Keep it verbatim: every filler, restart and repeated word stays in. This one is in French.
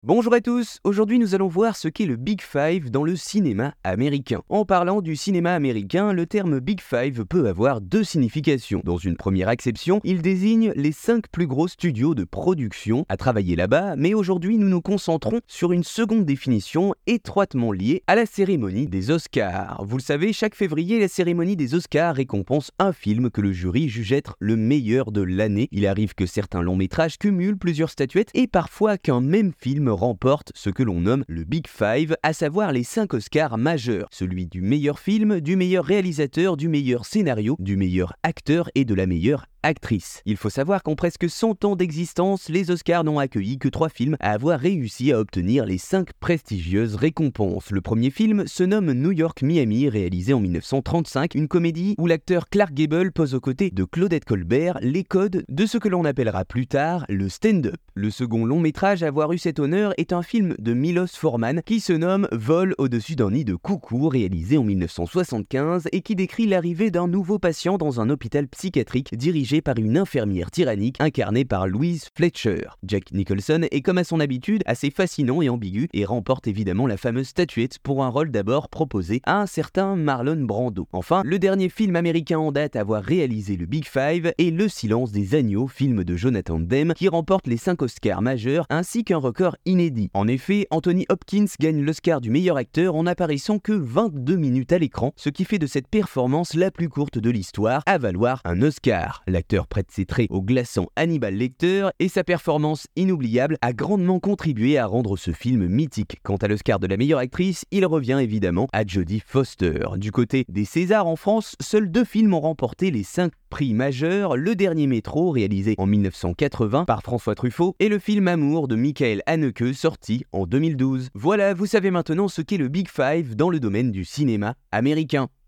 Bonjour à tous, aujourd'hui nous allons voir ce qu'est le Big Five dans le cinéma américain. En parlant du cinéma américain, le terme Big Five peut avoir deux significations. Dans une première acception, il désigne les cinq plus gros studios de production à travailler là-bas, mais aujourd'hui nous nous concentrons sur une seconde définition étroitement liée à la cérémonie des Oscars. Vous le savez, chaque février, la cérémonie des Oscars récompense un film que le jury juge être le meilleur de l'année. Il arrive que certains longs métrages cumulent plusieurs statuettes et parfois qu'un même film remporte ce que l'on nomme le Big Five, à savoir les cinq Oscars majeurs, celui du meilleur film, du meilleur réalisateur, du meilleur scénario, du meilleur acteur et de la meilleure actrice. Il faut savoir qu'en presque cent ans d'existence, les Oscars n'ont accueilli que trois films à avoir réussi à obtenir les cinq prestigieuses récompenses. Le premier film se nomme New York Miami, réalisé en mille neuf cent trente-cinq, une comédie où l'acteur Clark Gable pose aux côtés de Claudette Colbert les codes de ce que l'on appellera plus tard le stand-up. Le second long métrage à avoir eu cet honneur est un film de Milos Forman qui se nomme Vol au-dessus d'un nid de coucou, réalisé en mille neuf cent soixante-quinze et qui décrit l'arrivée d'un nouveau patient dans un hôpital psychiatrique dirigé par une infirmière tyrannique incarnée par Louise Fletcher. Jack Nicholson est comme à son habitude assez fascinant et ambigu et remporte évidemment la fameuse statuette pour un rôle d'abord proposé à un certain Marlon Brando. Enfin, le dernier film américain en date à avoir réalisé le Big Five est Le Silence des agneaux, film de Jonathan Demme qui remporte les cinq Oscars majeurs ainsi qu'un record inédit. En effet, Anthony Hopkins gagne l'Oscar du meilleur acteur en apparaissant que vingt-deux minutes à l'écran, ce qui fait de cette performance la plus courte de l'histoire à valoir un Oscar. L'acteur prête ses traits au glaçant Hannibal Lecter et sa performance inoubliable a grandement contribué à rendre ce film mythique. Quant à l'Oscar de la meilleure actrice, il revient évidemment à Jodie Foster. Du côté des Césars en France, seuls deux films ont remporté les cinq prix majeurs, le dernier Métro, réalisé en mille neuf cent quatre-vingts par François Truffaut, et le film Amour de Michael Haneke, sorti en deux mille douze. Voilà, vous savez maintenant ce qu'est le Big Five dans le domaine du cinéma américain.